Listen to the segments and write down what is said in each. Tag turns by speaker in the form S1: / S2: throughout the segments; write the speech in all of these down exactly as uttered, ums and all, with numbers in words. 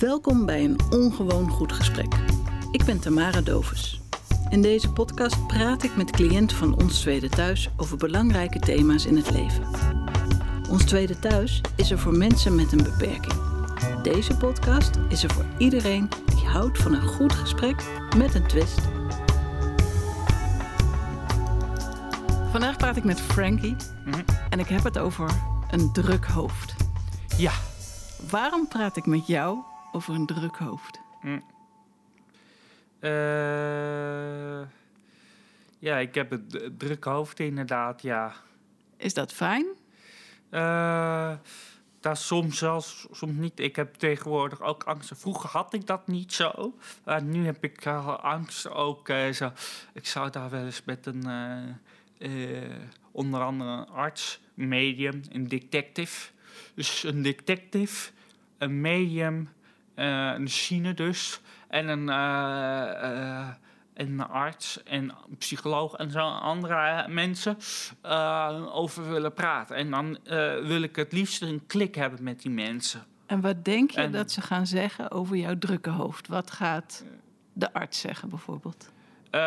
S1: Welkom bij een ongewoon goed gesprek. Ik ben Tamara Dovens. In deze podcast praat ik met cliënten van Ons Tweede Thuis over belangrijke thema's in het leven. Ons Tweede Thuis is er voor mensen met een beperking. Deze podcast is er voor iedereen die houdt van een goed gesprek met een twist. Vandaag praat ik met Frankie mm-hmm. en ik heb het over een druk hoofd.
S2: Ja.
S1: Waarom praat ik met jou over een druk hoofd?
S2: Mm. Uh, ja, ik heb een d- druk hoofd inderdaad, ja.
S1: Is dat fijn?
S2: Uh, dat soms zelfs, soms niet. Ik heb tegenwoordig ook angst. Vroeger had ik dat niet zo. Uh, nu heb ik uh, angst ook. Uh, zo. Ik zou daar wel eens met een, uh, uh, onder andere een arts, een medium, een detective. Dus een detective, een medium, uh, een ziener dus, en een, uh, uh, een arts en een psycholoog en zo andere mensen uh, over willen praten. En dan uh, wil ik het liefst een klik hebben met die mensen.
S1: En wat denk je
S2: en,
S1: dat ze gaan zeggen over jouw drukke hoofd? Wat gaat de arts zeggen bijvoorbeeld?
S2: Uh,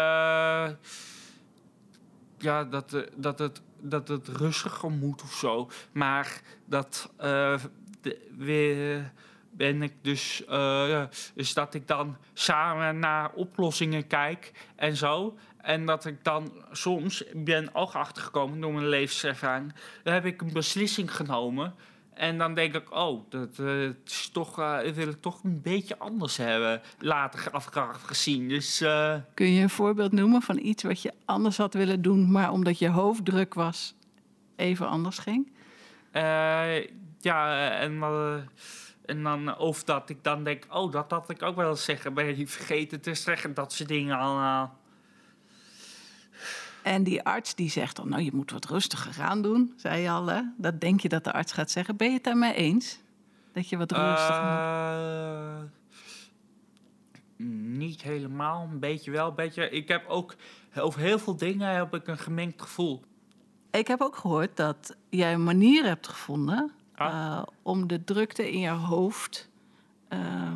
S2: ja, dat, dat, het, dat het rustiger moet of zo. Maar dat uh, de, weer ben ik dus, uh, dus dat ik dan samen naar oplossingen kijk en zo. En dat ik dan soms ben ook achtergekomen door mijn levenservaring. Dan heb ik een beslissing genomen. En dan denk ik, oh, dat uh, is toch, uh, wil ik toch een beetje anders hebben. Later afgezien. Dus, uh,
S1: kun je een voorbeeld noemen van iets wat je anders had willen doen, maar omdat je hoofd druk was, even anders ging?
S2: Uh, ja, en, uh, en dan of dat ik dan denk, oh, dat had ik ook wel eens zeggen. Ben je vergeten te zeggen, dat soort dingen allemaal.
S1: En die arts die zegt dan, nou, je moet wat rustiger aan doen, zei je al, hè? Dat denk je dat de arts gaat zeggen. Ben je het daarmee eens? Dat je wat rustiger
S2: uh, moet? Niet helemaal, een beetje wel, een beetje. Ik heb ook, over heel veel dingen heb ik een gemengd gevoel.
S1: Ik heb ook gehoord dat jij een manier hebt gevonden
S2: ah.
S1: uh, om de drukte in je hoofd uh,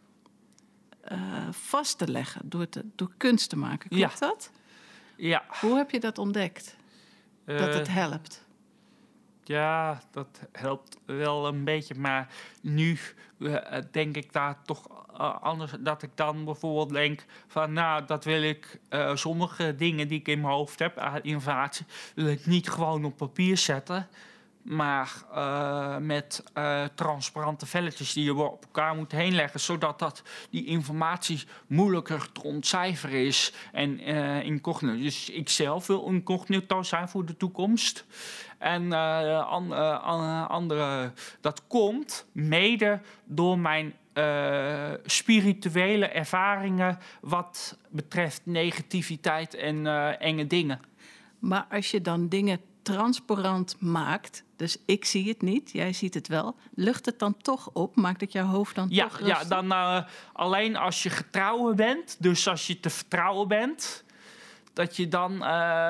S1: uh, vast te leggen door, te, door kunst te maken. Klopt
S2: ja.
S1: dat?
S2: Ja.
S1: Hoe heb je dat ontdekt?
S2: Uh,
S1: dat het helpt?
S2: Ja, dat helpt wel een beetje. Maar nu uh, denk ik daar toch uh, anders. Dat ik dan bijvoorbeeld denk van, nou, dat wil ik, uh, sommige dingen die ik in mijn hoofd heb, uh, informatie, wil ik niet gewoon op papier zetten. Maar uh, met uh, transparante velletjes die je op elkaar moet heen leggen, zodat dat, die informatie moeilijker te ontcijferen is. En uh, incognito. Dus ik zelf wil incognito zijn voor de toekomst. En uh, an, uh, andere, dat komt mede door mijn uh, spirituele ervaringen wat betreft negativiteit en uh, enge dingen.
S1: Maar als je dan dingen transparant maakt, dus ik zie het niet, jij ziet het wel, lucht het dan toch op? Maakt het jouw hoofd dan
S2: ja,
S1: toch rustig?
S2: Ja, dan uh, alleen als je getrouwen bent, dus als je te vertrouwen bent, dat je dan, uh,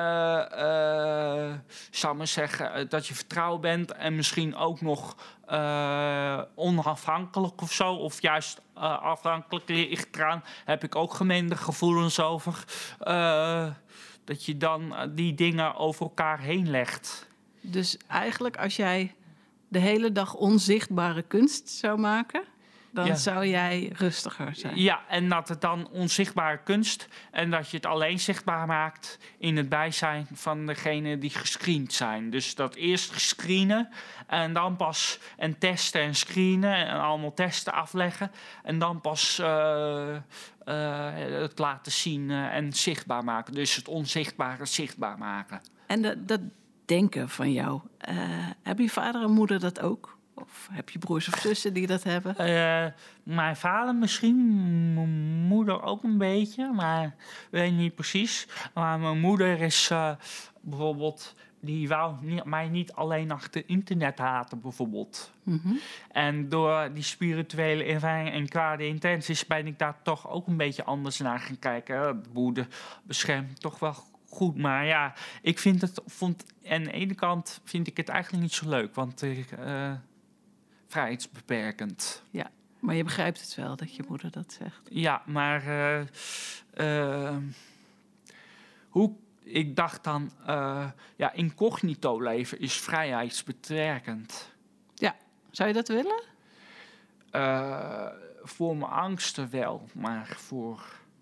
S2: uh, zou maar zeggen, dat je vertrouwen bent en misschien ook nog uh, onafhankelijk of zo, of juist uh, afhankelijk ligt eraan, heb ik ook gemengde gevoelens over. Uh, dat je dan die dingen over elkaar heen legt.
S1: Dus eigenlijk als jij de hele dag onzichtbare kunst zou maken, dan ja. zou jij rustiger zijn.
S2: Ja, en dat het dan onzichtbare kunst en dat je het alleen zichtbaar maakt in het bijzijn van degene die gescreend zijn. Dus dat eerst screenen en dan pas en testen en screenen en allemaal testen afleggen en dan pas uh, uh, het laten zien uh, en zichtbaar maken. Dus het onzichtbare zichtbaar maken.
S1: En dat, dat denken van jou, uh, hebben je vader en moeder dat ook? Of heb je broers of zussen die dat hebben?
S2: Uh, mijn vader misschien, mijn moeder ook een beetje, maar weet niet precies. Maar mijn moeder is uh, bijvoorbeeld, die wou niet, mij niet alleen achter internet haten bijvoorbeeld.
S1: Mm-hmm.
S2: En door die spirituele ervaring en kwade intenties ben ik daar toch ook een beetje anders naar gaan kijken. De moeder beschermt toch wel goed, maar ja, ik vind het, vond, aan de ene kant vind ik het eigenlijk niet zo leuk, want ik... Uh, vrijheidsbeperkend.
S1: Ja. Maar je begrijpt het wel dat je moeder dat zegt.
S2: Ja, maar uh, uh, hoe, ik dacht dan, uh, ja, incognito leven is vrijheidsbeperkend.
S1: Ja, zou je dat willen?
S2: Uh, voor mijn angsten wel, maar voor...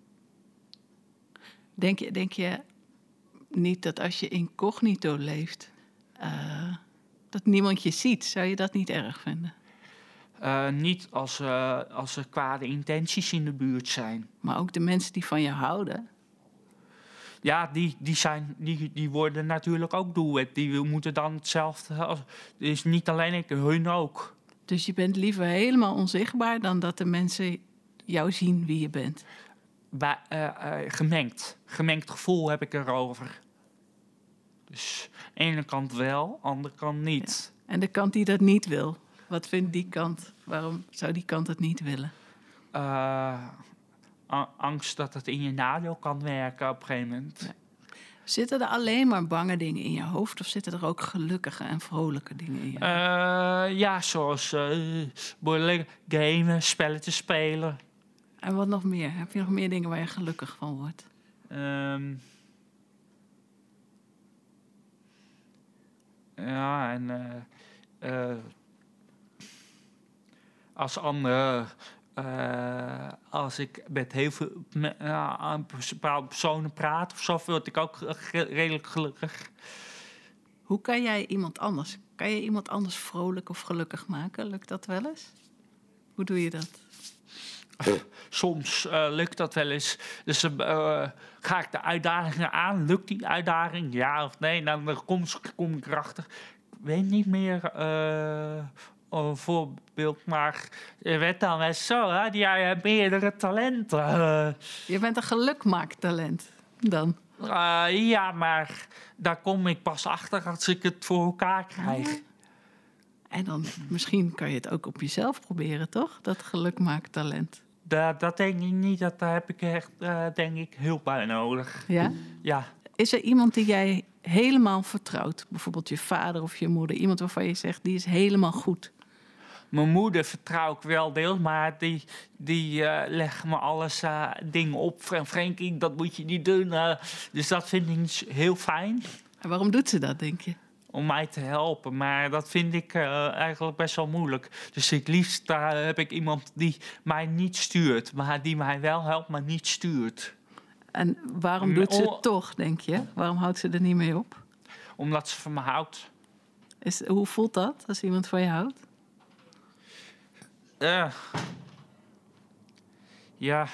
S1: Denk je, denk je niet dat als je incognito leeft, uh, dat niemand je ziet? Zou je dat niet erg vinden?
S2: Uh, niet als, uh, als er kwade intenties in de buurt zijn.
S1: Maar ook de mensen die van je houden?
S2: Ja, die, die, zijn, die, die worden natuurlijk ook doelwit. Die moeten dan hetzelfde... Als, dus niet alleen ik, hun ook.
S1: Dus je bent liever helemaal onzichtbaar dan dat de mensen jou zien wie je bent?
S2: Bij, uh, uh, gemengd. Gemengd gevoel heb ik erover. Dus aan de ene kant wel, aan de andere kant niet.
S1: Ja. En de kant die dat niet wil, wat vindt die kant? Waarom zou die kant het niet willen?
S2: Uh, angst dat het in je nadeel kan werken op een gegeven moment. Ja.
S1: Zitten er alleen maar bange dingen in je hoofd of zitten er ook gelukkige en vrolijke dingen in je hoofd?
S2: Uh, ja, zoals uh, gamen, spelletjes spelen.
S1: En wat nog meer? Heb je nog meer dingen waar je gelukkig van wordt?
S2: Um, ja, en uh, uh, als anderen, uh, als ik met heel veel met, uh, aan bepaalde personen praat of zo, word ik ook redelijk gelukkig.
S1: Hoe kan jij iemand anders? Kan je iemand anders vrolijk of gelukkig maken? Lukt dat wel eens? Hoe doe je dat?
S2: Soms uh, lukt dat wel eens. Dus uh, ga ik de uitdagingen aan. Lukt die uitdaging? Ja of nee? Nou, dan kom, kom ik erachter. Ik weet niet meer uh, een voorbeeld, maar je werd dan wel zo. Hè? Jij hebt meerdere talenten. Uh,
S1: je bent een gelukmaaktalent dan?
S2: Uh, ja, maar daar kom ik pas achter als ik het voor elkaar krijg. Ja.
S1: En dan misschien kan je het ook op jezelf proberen, toch? Dat gelukmaaktalent.
S2: Dat, dat denk ik niet. Dat, daar heb ik echt, uh, denk ik, hulp bij nodig.
S1: Ja?
S2: Ja.
S1: Is er iemand die jij helemaal vertrouwt? Bijvoorbeeld je vader of je moeder. Iemand waarvan je zegt, die is helemaal goed.
S2: Mijn moeder vertrouw ik wel deels, maar die, die uh, legt me alles uh, dingen op. Frankie, dat moet je niet doen. Uh, dus dat vind ik niet heel fijn.
S1: En waarom doet ze dat, denk je?
S2: Om mij te helpen, maar dat vind ik uh, eigenlijk best wel moeilijk. Dus het liefst uh, heb ik iemand die mij niet stuurt, maar die mij wel helpt, maar niet stuurt.
S1: En waarom doet ze het toch, denk je? Waarom houdt ze er niet mee op?
S2: Omdat ze van me houdt.
S1: Is, hoe voelt dat, als iemand van je houdt?
S2: Uh, ja.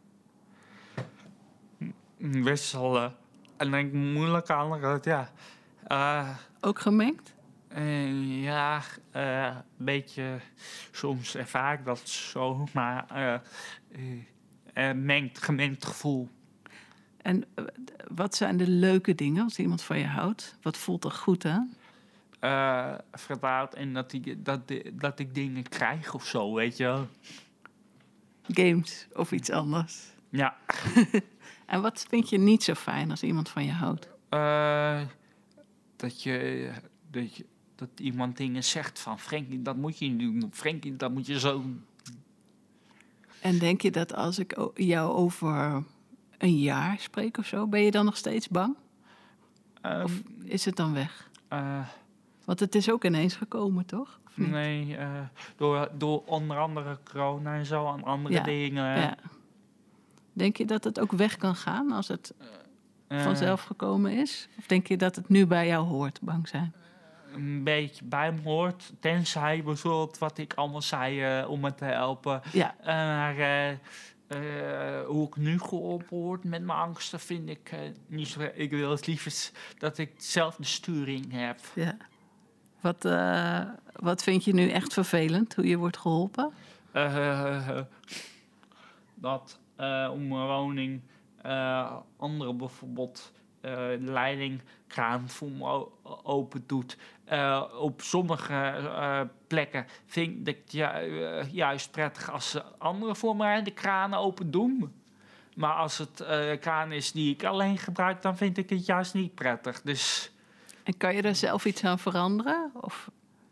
S2: Best wel... Uh, en denk ik moeilijk aan. Ja. Uh,
S1: Ook gemengd?
S2: Uh, ja, uh, een beetje. Soms ervaar ik dat zo, maar uh, uh, uh, mengt, gemengd gevoel.
S1: En uh, wat zijn de leuke dingen als iemand van je houdt? Wat voelt er goed aan?
S2: Uh, vertrouwd en dat, die, dat, die, dat ik dingen krijg of zo, weet je wel.
S1: Games of iets anders?
S2: Ja.
S1: En wat vind je niet zo fijn als iemand van je houdt?
S2: Uh, dat je... Dat, je, dat iemand dingen zegt van... Frankie, dat moet je niet doen. Frankie, dat moet je zo doen.
S1: En denk je dat als ik jou over een jaar spreek of zo... ben je dan nog steeds bang? Um, of is het dan weg?
S2: Uh,
S1: Want het is ook ineens gekomen, toch?
S2: Nee, uh, door, door onder andere corona en zo... en andere
S1: ja,
S2: dingen.
S1: Ja. Denk je dat het ook weg kan gaan als het uh, vanzelf gekomen is? Of denk je dat het nu bij jou hoort, bang zijn?
S2: Een beetje bij me hoort. Tenzij bijvoorbeeld wat ik allemaal zei uh, om me te helpen.
S1: Ja.
S2: Uh, maar uh, uh, hoe ik nu geholpen word met mijn angsten vind ik uh, niet zo... Ik wil het liefst dat ik zelf de sturing heb.
S1: Ja. Wat, uh, wat vind je nu echt vervelend, hoe je wordt geholpen?
S2: Uh, uh, uh, dat uh, om mijn woning uh, anderen bijvoorbeeld... Uh, de leidingkraan voor me open doet. Uh, op sommige uh, plekken vind ik het ju- uh, juist prettig als ze anderen voor mij de kraan open doen. Maar als het uh, een kraan is die ik alleen gebruik, dan vind ik het juist niet prettig. Dus...
S1: En kan je daar zelf iets aan veranderen? Of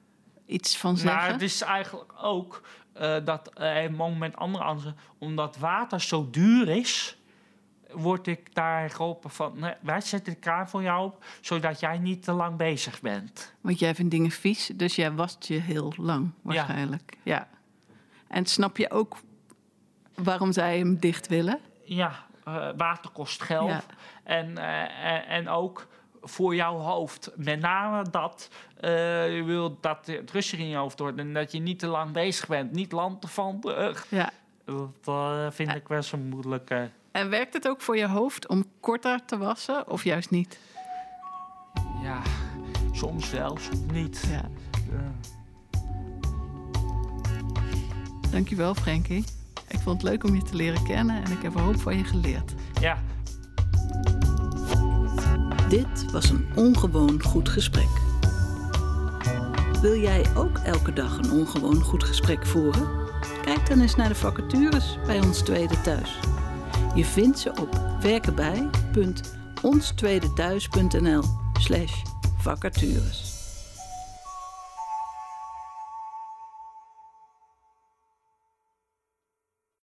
S1: iets van zeggen?
S2: Nou, het is eigenlijk ook uh, dat uh, een moment andere anderen, omdat water zo duur is, word ik daar geholpen van, nee, wij zetten de kraan voor jou op, zodat jij niet te lang bezig bent.
S1: Want jij vindt dingen vies, dus jij wast je heel lang waarschijnlijk. Ja. ja. En snap je ook waarom zij hem dicht willen?
S2: Ja, uh, water kost geld. Ja. En, uh, en, en ook voor jouw hoofd. Met name dat uh, je wil dat het rustig in je hoofd wordt en dat je niet te lang bezig bent. Niet landen van de.
S1: Ja.
S2: Dat uh, vind ja. ik wel zo moeilijk. Uh.
S1: En werkt het ook voor je hoofd om korter te wassen of juist niet?
S2: Ja, soms wel, soms niet.
S1: Ja. Uh. Dankjewel, Frankie. Ik vond het leuk om je te leren kennen en ik heb een hoop van je geleerd.
S2: Ja.
S1: Dit was een ongewoon goed gesprek. Wil jij ook elke dag een ongewoon goed gesprek voeren? Kijk dan eens naar de vacatures bij Ons Tweede Thuis. Je vindt ze op werkenbij punt ons tweede thuis punt n l slash vacatures.